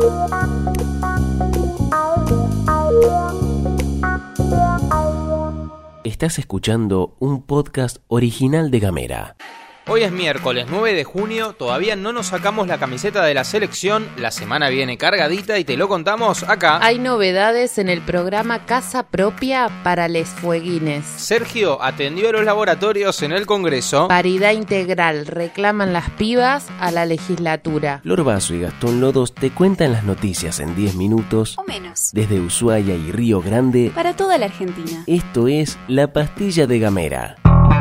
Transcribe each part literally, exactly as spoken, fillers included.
Estás escuchando un podcast original de Gamera. Hoy es miércoles nueve de junio, todavía no nos sacamos la camiseta de la selección, la semana viene cargadita y te lo contamos acá. Hay novedades en el programa Casa Propia para les fueguines. Sergio atendió a los laboratorios en el Congreso. Paridad integral, reclaman las pibas a la legislatura. Lor Basso y Gastón Lodos te cuentan las noticias en diez minutos o menos, desde Ushuaia y Río Grande para toda la Argentina. Esto es La Pastilla de Gamera.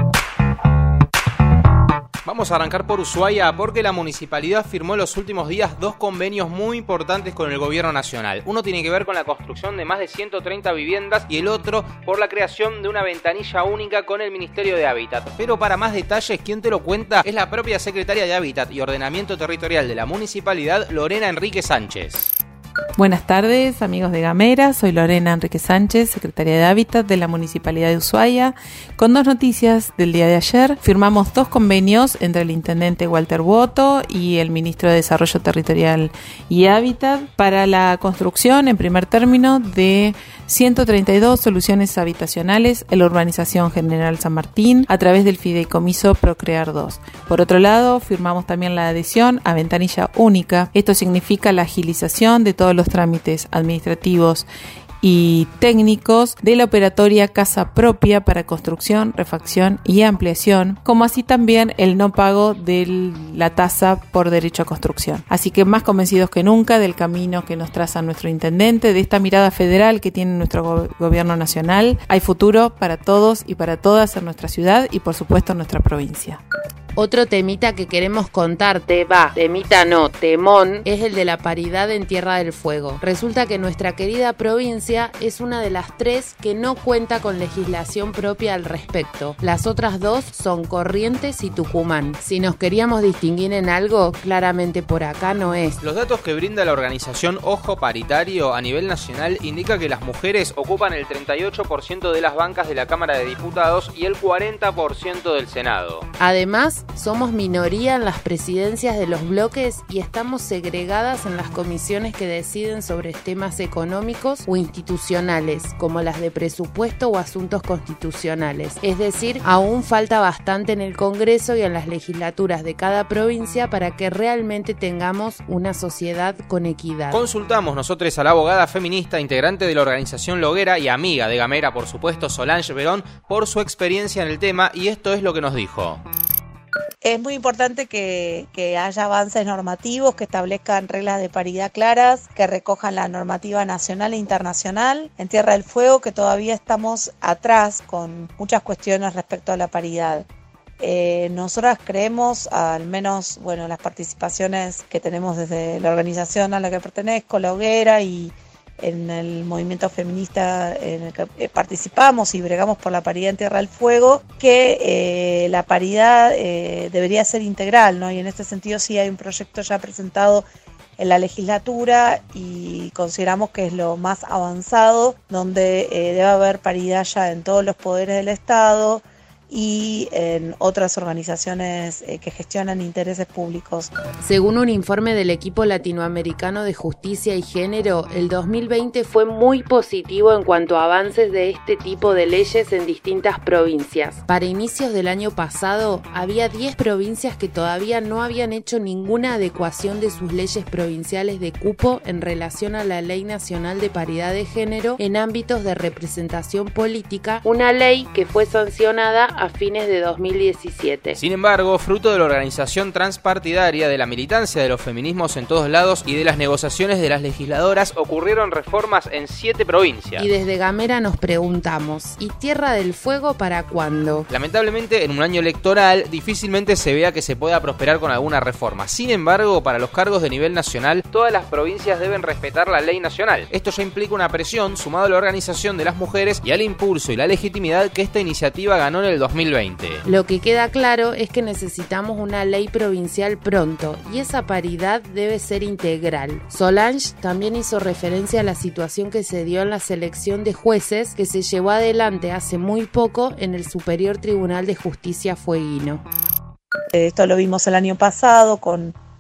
Vamos a arrancar por Ushuaia porque la municipalidad firmó en los últimos días dos convenios muy importantes con el gobierno nacional. Uno tiene que ver con la construcción de más de ciento treinta viviendas y el otro por la creación de una ventanilla única con el Ministerio de Hábitat. Pero para más detalles, quien te lo cuenta es la propia secretaria de Hábitat y Ordenamiento Territorial de la municipalidad, Lorena Enrique Sánchez. Buenas tardes, amigos de Gamera, soy Lorena Enrique Sánchez, secretaria de Hábitat de la Municipalidad de Ushuaia. Con dos noticias del día de ayer, firmamos dos convenios entre el intendente Walter Boto y el ministro de Desarrollo Territorial y Hábitat para la construcción, en primer término, de ciento treinta y dos soluciones habitacionales en la urbanización General San Martín a través del fideicomiso Procrear dos. Por otro lado, firmamos también la adhesión a ventanilla única. Esto significa la agilización de todos los trámites administrativos y técnicos de la operatoria Casa Propia para construcción, refacción y ampliación, como así también el no pago de la tasa por derecho a construcción. Así que más convencidos que nunca del camino que nos traza nuestro intendente, de esta mirada federal que tiene nuestro go- gobierno nacional. Hay futuro para todos y para todas en nuestra ciudad y por supuesto en nuestra provincia. Otro temita que queremos contarte, va, temita no, temón, es el de la paridad en Tierra del Fuego. Resulta que nuestra querida provincia es una de las tres que no cuenta con legislación propia al respecto. Las otras dos son Corrientes y Tucumán. Si nos queríamos distinguir en algo, claramente por acá no es. Los datos que brinda la organización Ojo Paritario a nivel nacional indica que las mujeres ocupan el treinta y ocho por ciento de las bancas de la Cámara de Diputados y el cuarenta por ciento del Senado. Además, somos minoría en las presidencias de los bloques y estamos segregadas en las comisiones que deciden sobre temas económicos o institucionales, como las de presupuesto o asuntos constitucionales. Es decir, aún falta bastante en el Congreso y en las legislaturas de cada provincia para que realmente tengamos una sociedad con equidad. Consultamos nosotros a la abogada feminista, integrante de la organización Loguera y amiga de Gamera, por supuesto, Solange Verón, por su experiencia en el tema, y esto es lo que nos dijo. Es muy importante que, que haya avances normativos, que establezcan reglas de paridad claras, que recojan la normativa nacional e internacional. En Tierra del Fuego, que todavía estamos atrás con muchas cuestiones respecto a la paridad. Eh, nosotras creemos, al menos, bueno, las participaciones que tenemos desde la organización a la que pertenezco, la Hoguera, y en el movimiento feminista en el que participamos y bregamos por la paridad en Tierra del Fuego, que eh, la paridad eh, debería ser integral, ¿no? Y en este sentido sí hay un proyecto ya presentado en la legislatura y consideramos que es lo más avanzado, donde eh, debe haber paridad ya en todos los poderes del Estado y en otras organizaciones eh, que gestionan intereses públicos. Según un informe del equipo latinoamericano de justicia y género, el dos mil veinte fue muy positivo en cuanto a avances de este tipo de leyes en distintas provincias. Para inicios del año pasado, había diez provincias que todavía no habían hecho ninguna adecuación de sus leyes provinciales de cupo en relación a la Ley Nacional de Paridad de Género en ámbitos de representación política, una ley que fue sancionada a fines de dos mil diecisiete. Sin embargo, fruto de la organización transpartidaria, de la militancia de los feminismos en todos lados y de las negociaciones de las legisladoras, ocurrieron reformas en siete provincias. Y desde Gamera nos preguntamos, ¿y Tierra del Fuego para cuándo? Lamentablemente, en un año electoral, difícilmente se vea que se pueda prosperar con alguna reforma. Sin embargo, para los cargos de nivel nacional, todas las provincias deben respetar la ley nacional. Esto ya implica una presión sumado a la organización de las mujeres y al impulso y la legitimidad que esta iniciativa ganó en el dos mil veinte. Lo que queda claro es que necesitamos una ley provincial pronto y esa paridad debe ser integral. Solange también hizo referencia a la situación que se dio en la selección de jueces que se llevó adelante hace muy poco en el Superior Tribunal de Justicia fueguino. Esto lo vimos el año pasado con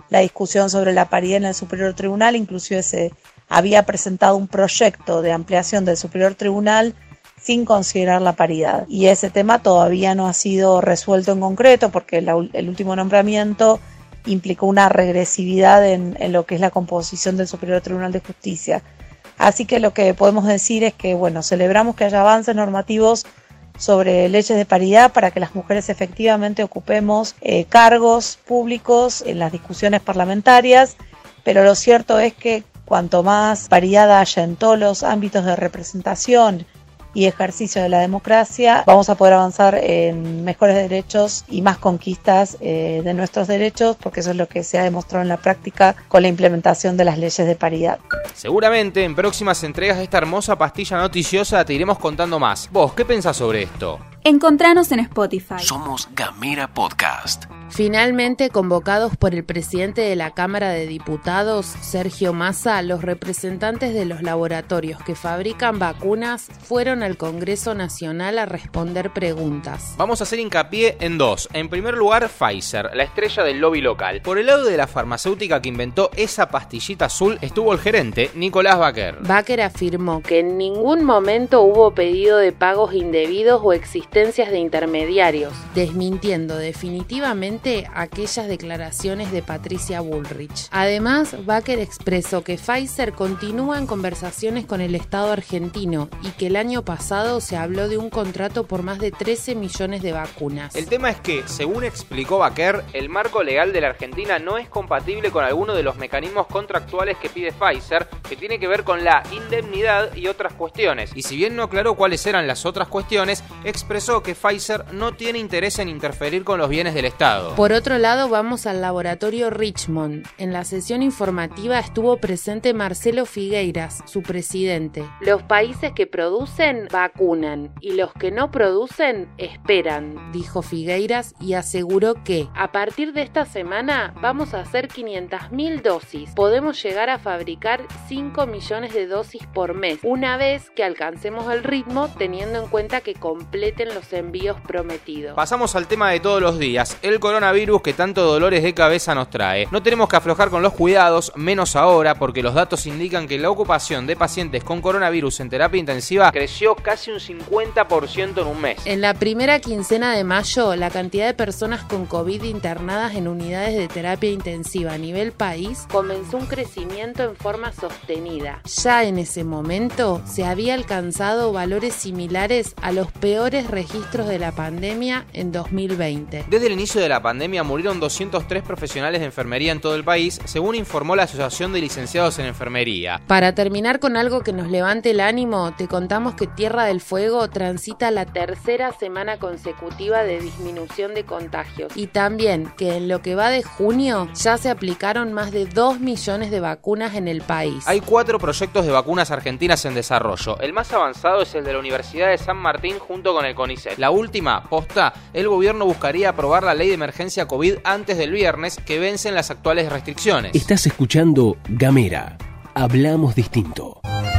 la discusión sobre la paridad en el Superior Tribunal, inclusive se había presentado un proyecto de ampliación del Superior Tribunal sin considerar la paridad. Y ese tema todavía no ha sido resuelto en concreto porque la, el último nombramiento implicó una regresividad en, en lo que es la composición del Superior Tribunal de Justicia. Así que lo que podemos decir es que, bueno, celebramos que haya avances normativos sobre leyes de paridad para que las mujeres efectivamente ocupemos eh, cargos públicos en las discusiones parlamentarias, pero lo cierto es que cuanto más paridad haya en todos los ámbitos de representación y ejercicio de la democracia, vamos a poder avanzar en mejores derechos y más conquistas eh, de nuestros derechos, porque eso es lo que se ha demostrado en la práctica con la implementación de las leyes de paridad. Seguramente en próximas entregas de esta hermosa pastilla noticiosa te iremos contando más. ¿Vos qué pensás sobre esto? Encontranos en Spotify. Somos Gamera Podcast. Finalmente, convocados por el presidente de la Cámara de Diputados, Sergio Massa, los representantes de los laboratorios que fabrican vacunas fueron al Congreso Nacional a responder preguntas. Vamos a hacer hincapié en dos. En primer lugar, Pfizer, la estrella del lobby local. Por el lado de la farmacéutica que inventó esa pastillita azul estuvo el gerente, Nicolás Baker. Baker afirmó que en ningún momento hubo pedido de pagos indebidos o existencias de intermediarios, desmintiendo definitivamente aquellas declaraciones de Patricia Bullrich. Además, Baker expresó que Pfizer continúa en conversaciones con el Estado argentino y que el año pasado se habló de un contrato por más de trece millones de vacunas. El tema es que, según explicó Baker, el marco legal de la Argentina no es compatible con alguno de los mecanismos contractuales que pide Pfizer, que tiene que ver con la indemnidad y otras cuestiones. Y si bien no aclaró cuáles eran las otras cuestiones, expresó que Pfizer no tiene interés en interferir con los bienes del Estado. Por otro lado, vamos al laboratorio Richmond. En la sesión informativa estuvo presente Marcelo Figueiras, su presidente. Los países que producen, vacunan, y los que no producen, esperan, dijo Figueiras, y aseguró que a partir de esta semana vamos a hacer quinientas mil dosis. Podemos llegar a fabricar cinco millones de dosis por mes, una vez que alcancemos el ritmo, teniendo en cuenta que completen los envíos prometidos. Pasamos al tema de todos los días, el coronavirus que tanto dolores de cabeza nos trae. No tenemos que aflojar con los cuidados, menos ahora, porque los datos indican que la ocupación de pacientes con coronavirus en terapia intensiva creció casi un cincuenta por ciento en un mes. En la primera quincena de mayo, la cantidad de personas con COVID internadas en unidades de terapia intensiva a nivel país comenzó un crecimiento en forma sostenida. Ya en ese momento se había alcanzado valores similares a los peores registros de la pandemia en dos mil veinte. Desde el inicio de la pandemia murieron doscientos tres profesionales de enfermería en todo el país, según informó la Asociación de Licenciados en Enfermería. Para terminar con algo que nos levante el ánimo, te contamos que Tierra del Fuego transita la tercera semana consecutiva de disminución de contagios y también que en lo que va de junio ya se aplicaron más de dos millones de vacunas en el país. Hay cuatro proyectos de vacunas argentinas en desarrollo. El más avanzado es el de la Universidad de San Martín junto con el CONICET. La última, posta, el gobierno buscaría aprobar la ley de emergencia COVID antes del viernes, que vencen las actuales restricciones. Estás escuchando Gamera. Hablamos distinto.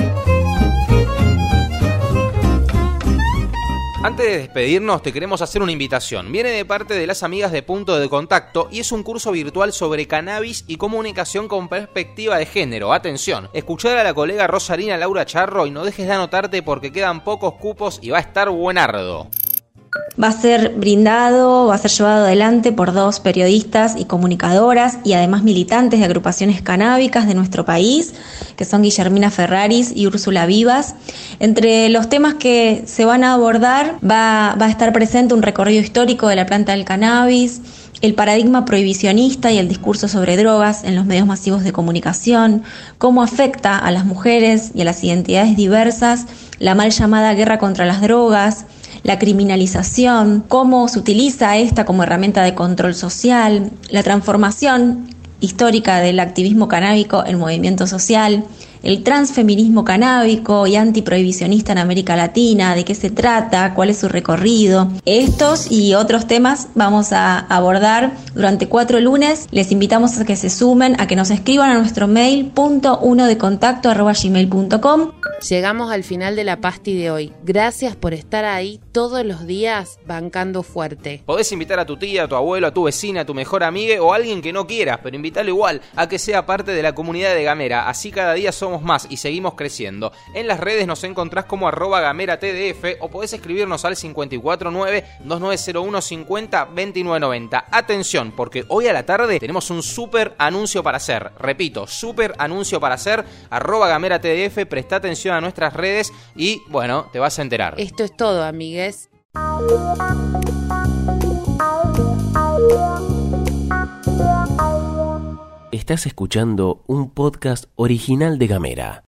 Antes de despedirnos, te queremos hacer una invitación. Viene de parte de las amigas de Punto de Contacto y es un curso virtual sobre cannabis y comunicación con perspectiva de género. Atención, escuchar a la colega Rosarina Laura Charro y no dejes de anotarte porque quedan pocos cupos y va a estar buenardo. Va a ser brindado, va a ser llevado adelante por dos periodistas y comunicadoras y además militantes de agrupaciones canábicas de nuestro país, que son Guillermina Ferraris y Úrsula Vivas. Entre los temas que se van a abordar va, va a estar presente un recorrido histórico de la planta del cannabis, el paradigma prohibicionista y el discurso sobre drogas en los medios masivos de comunicación, cómo afecta a las mujeres y a las identidades diversas la mal llamada guerra contra las drogas, la criminalización, cómo se utiliza esta como herramienta de control social, la transformación histórica del activismo canábico en movimiento social, el transfeminismo canábico y antiprohibicionista en América Latina, de qué se trata, cuál es su recorrido. Estos y otros temas vamos a abordar durante cuatro lunes. Les invitamos a que se sumen, a que nos escriban a nuestro mail punto uno de contacto arroba gmail punto com. Llegamos al final de la pasti de hoy. Gracias por estar ahí todos los días bancando fuerte. Podés invitar a tu tía, a tu abuelo, a tu vecina, a tu mejor amiga o a alguien que no quieras, pero invítalo igual a que sea parte de la comunidad de Gamera. Así cada día somos más y seguimos creciendo. En las redes nos encontrás como arroba gamera T D F o podés escribirnos al cincuenta y cuatro nueve, dos nueve cero uno, cincuenta, veintinueve noventa. Atención, porque hoy a la tarde tenemos un súper anuncio para hacer. Repito, súper anuncio para hacer. Arroba gamera T D F, presta atención a nuestras redes y, bueno, te vas a enterar. Esto es todo, amigues. Estás escuchando un podcast original de Gamera.